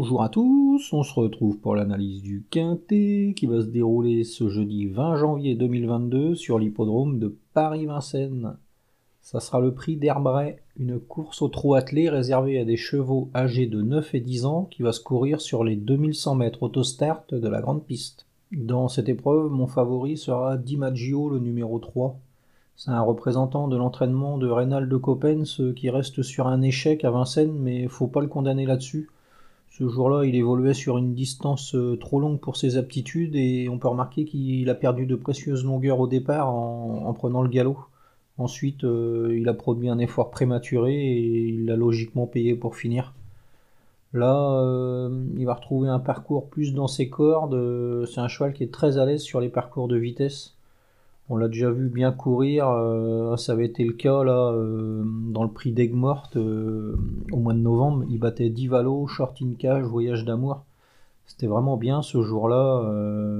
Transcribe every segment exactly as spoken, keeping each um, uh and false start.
Bonjour à tous, on se retrouve pour l'analyse du Quintet qui va se dérouler ce jeudi vingt janvier deux mille vingt-deux sur l'hippodrome de Paris-Vincennes. Ça sera le prix d'Herbray, une course au trot attelé réservée à des chevaux âgés de neuf et dix ans qui va se courir sur les deux mille cent mètres autostart de la grande piste. Dans cette épreuve, mon favori sera DiMaggio, le numéro trois. C'est un représentant de l'entraînement de Reynald de Coppens qui reste sur un échec à Vincennes, mais faut pas le condamner là-dessus. Ce jour-là, il évoluait sur une distance trop longue pour ses aptitudes et on peut remarquer qu'il a perdu de précieuses longueurs au départ en, en prenant le galop. Ensuite, euh, il a produit un effort prématuré et il l'a logiquement payé pour finir. Là, euh, il va retrouver un parcours plus dans ses cordes. C'est un cheval qui est très à l'aise sur les parcours de vitesse. On l'a déjà vu bien courir, euh, ça avait été le cas là euh, dans le prix d'Aigues-Mortes euh, au mois de novembre. Il battait Divalo, Short in Cage, Voyage d'amour. C'était vraiment bien ce jour-là. Euh,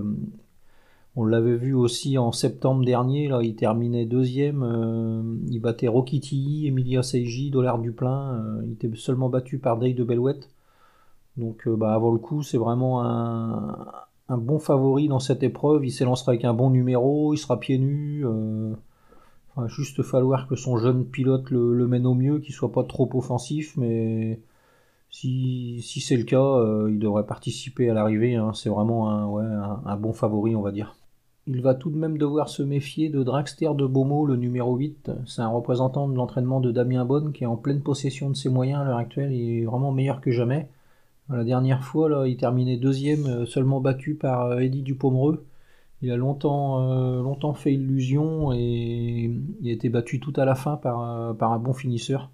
on l'avait vu aussi en septembre dernier, là, il terminait deuxième. Euh, il battait Rocky Tilly, Emilia Seiji, Dollar Duplain. Euh, il était seulement battu par Day de Bellouette. Donc euh, bah, avant le coup, c'est vraiment un, un bon favori dans cette épreuve. Il s'élancera avec un bon numéro, il sera pieds nus. Euh, enfin, juste falloir que son jeune pilote le, le mène au mieux, qu'il soit pas trop offensif, mais si, si c'est le cas, euh, il devrait participer à l'arrivée. Hein. C'est vraiment un, ouais, un, un bon favori, on va dire. Il va tout de même devoir se méfier de Dragster de Beaumont, le numéro huit. C'est un représentant de l'entraînement de Damien Bonne qui est en pleine possession de ses moyens à l'heure actuelle. Il est vraiment meilleur que jamais. La dernière fois, là, il terminait deuxième, seulement battu par Eddy Dupomereux. Il a longtemps, euh, longtemps fait illusion et il a été battu tout à la fin par, par un bon finisseur.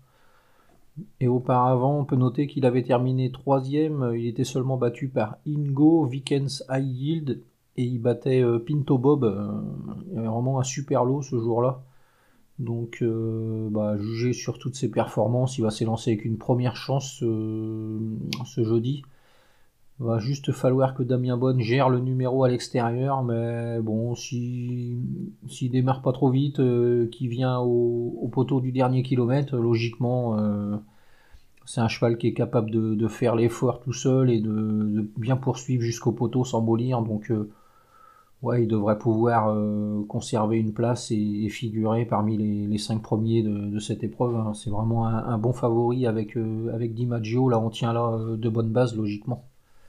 Et auparavant, on peut noter qu'il avait terminé troisième. Il était seulement battu par Ingo Vikens High Yield et il battait euh, Pinto Bob. Il y avait vraiment un super lot ce jour-là. Donc, euh, bah, jugé sur toutes ses performances, il va s'élancer avec une première chance euh, ce jeudi. Il va juste falloir que Damien Bonne gère le numéro à l'extérieur, mais bon, si s'il démarre pas trop vite, euh, qu'il vient au, au poteau du dernier kilomètre, logiquement, euh, c'est un cheval qui est capable de, de faire l'effort tout seul et de, de bien poursuivre jusqu'au poteau sans mollir. Donc, euh, ouais, il devrait pouvoir euh, conserver une place et, et figurer parmi les, les cinq premiers de, de cette épreuve. Hein. C'est vraiment un, un bon favori avec, euh, avec DiMaggio. Là, on tient là euh, de bonne base, logiquement.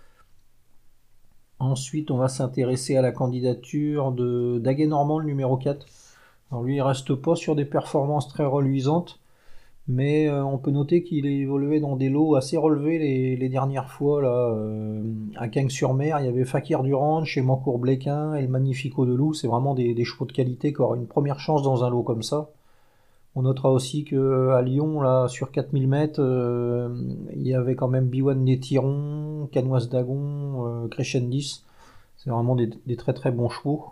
Ensuite, on va s'intéresser à la candidature de Daguet Normand, le numéro quatre. Alors lui, il reste pas sur des performances très reluisantes, mais euh, on peut noter qu'il est évolué dans des lots assez relevés les, les dernières fois. Là, euh, à Cagnes-sur-Mer, il y avait Fakir Durand, chez Mancourt-Bléquin et le Magnifico de Loup. C'est vraiment des, des chevaux de qualité qui auraient une première chance dans un lot comme ça. On notera aussi qu'à Lyon, là, sur quatre mille mètres, euh, il y avait quand même Biwan Nétiron, Canoise Dagon, euh, Crescendis. C'est vraiment des, des très très bons chevaux.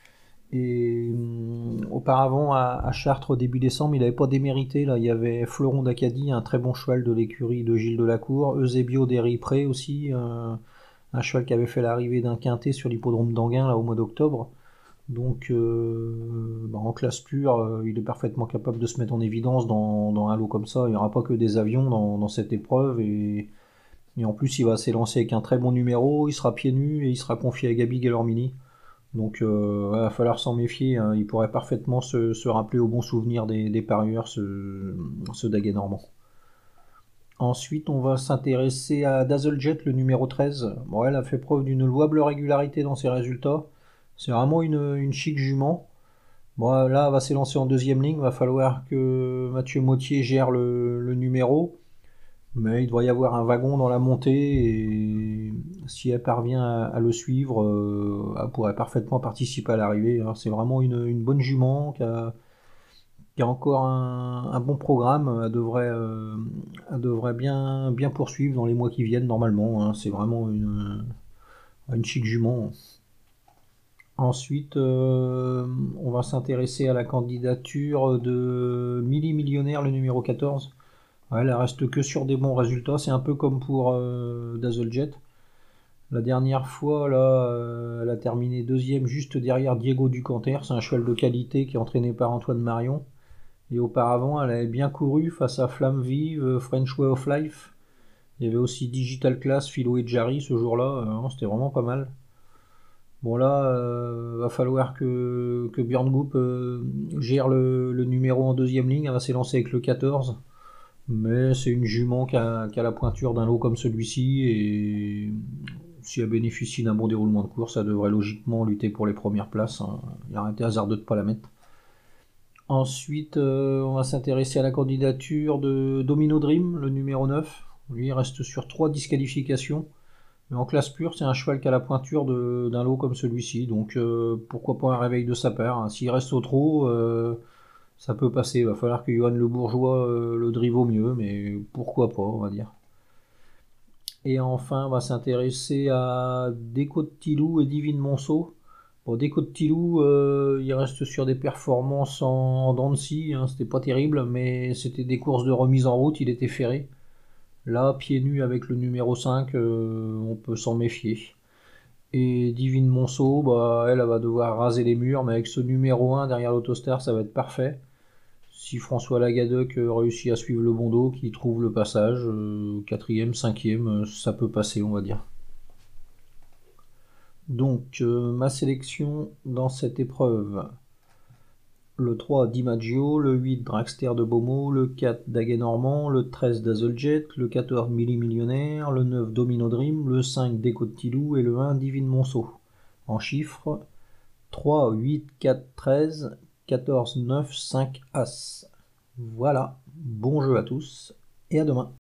Et euh, auparavant, à, à Chartres, au début décembre, il n'avait pas démérité. Là. Il y avait Fleuron d'Acadie, un très bon cheval de l'écurie de Gilles Delacour. Eusebio d'Héripré aussi, euh, un cheval qui avait fait l'arrivée d'un quintet sur l'hippodrome d'Anguin là, au mois d'octobre. Donc euh, bah en classe pure, euh, il est parfaitement capable de se mettre en évidence dans, dans un lot comme ça. Il n'y aura pas que des avions dans, dans cette épreuve. Et, et en plus, il va s'élancer avec un très bon numéro. Il sera pieds nus et il sera confié à Gabi Gallormini. Donc euh, il va falloir s'en méfier. Hein. Il pourrait parfaitement se, se rappeler au bon souvenir des, des parieurs, ce, ce Daguet Normand. Ensuite, on va s'intéresser à Dazzlejet, le numéro treize. Bon, elle a fait preuve d'une louable régularité dans ses résultats. C'est vraiment une, une chic jument. Bon, là, elle va s'élancer en deuxième ligne. Il va falloir que Mathieu Mottier gère le, le numéro. Mais il doit y avoir un wagon dans la montée. Et si elle parvient à, à le suivre, euh, elle pourrait parfaitement participer à l'arrivée. Hein. C'est vraiment une, une bonne jument qui a, qui a encore un, un bon programme. Elle devrait, euh, elle devrait bien, bien poursuivre dans les mois qui viennent normalement. Hein. C'est vraiment une, une chic jument. Ensuite, euh, on va s'intéresser à la candidature de Milli Millionnaire, le numéro quatorze. Ouais, elle reste que sur des bons résultats. C'est un peu comme pour euh, Dazzlejet. La dernière fois, là, euh, elle a terminé deuxième juste derrière Diego Ducanter. C'est un cheval de qualité qui est entraîné par Antoine Marion. Et auparavant, elle avait bien couru face à Flamme Vive, French Way of Life Il y avait aussi Digital Class, Philo et Jarry ce jour-là, euh, c'était vraiment pas mal. Bon là, euh, va falloir que, que Björn Goop euh, gère le, le numéro en deuxième ligne, elle va s'élancer avec le quatorze. Mais c'est une jument qui a, qui a la pointure d'un lot comme celui-ci, et si elle bénéficie d'un bon déroulement de course, ça devrait logiquement lutter pour les premières places, hein. Il a été hasardeux de ne pas la mettre. Ensuite, euh, on va s'intéresser à la candidature de Domino Dream, le numéro neuf. Lui, il reste sur trois disqualifications. Mais en classe pure, c'est un cheval qui a la pointure d'un lot comme celui-ci. Donc euh, pourquoi pas un réveil de sa paire, hein. S'il reste au trot, euh, ça peut passer. Il va falloir que Johan Le Bourgeois euh, le drive au mieux, mais pourquoi pas, on va dire. Et enfin, on va s'intéresser à Déco de Tilou et Divine Monceau. Bon, Déco de Tilou, euh, il reste sur des performances en, en dents de scie, hein, c'était pas terrible, mais c'était des courses de remise en route, il était ferré. Là, pieds nus avec le numéro cinq, euh, on peut s'en méfier. Et Divine Monceau, bah, elle, elle va devoir raser les murs, mais avec ce numéro un derrière l'Autostar, ça va être parfait. Si François Lagadec euh, réussit à suivre le bon dos, qu'il trouve le passage, euh, quatrième, cinquième, euh, ça peut passer, on va dire. Donc, euh, ma sélection dans cette épreuve: le trois DiMaggio, le huit Dragster de Beaumont, le quatre Daguet Normand, le treize Dazzlejet, le quatorze Milli Millionnaire, le neuf Domino Dream, le cinq Déco de Tilou et le un Divine Monceau. En chiffres: trois, huit, quatre, treize, quatorze, neuf, cinq, As. Voilà, bon jeu à tous et à demain.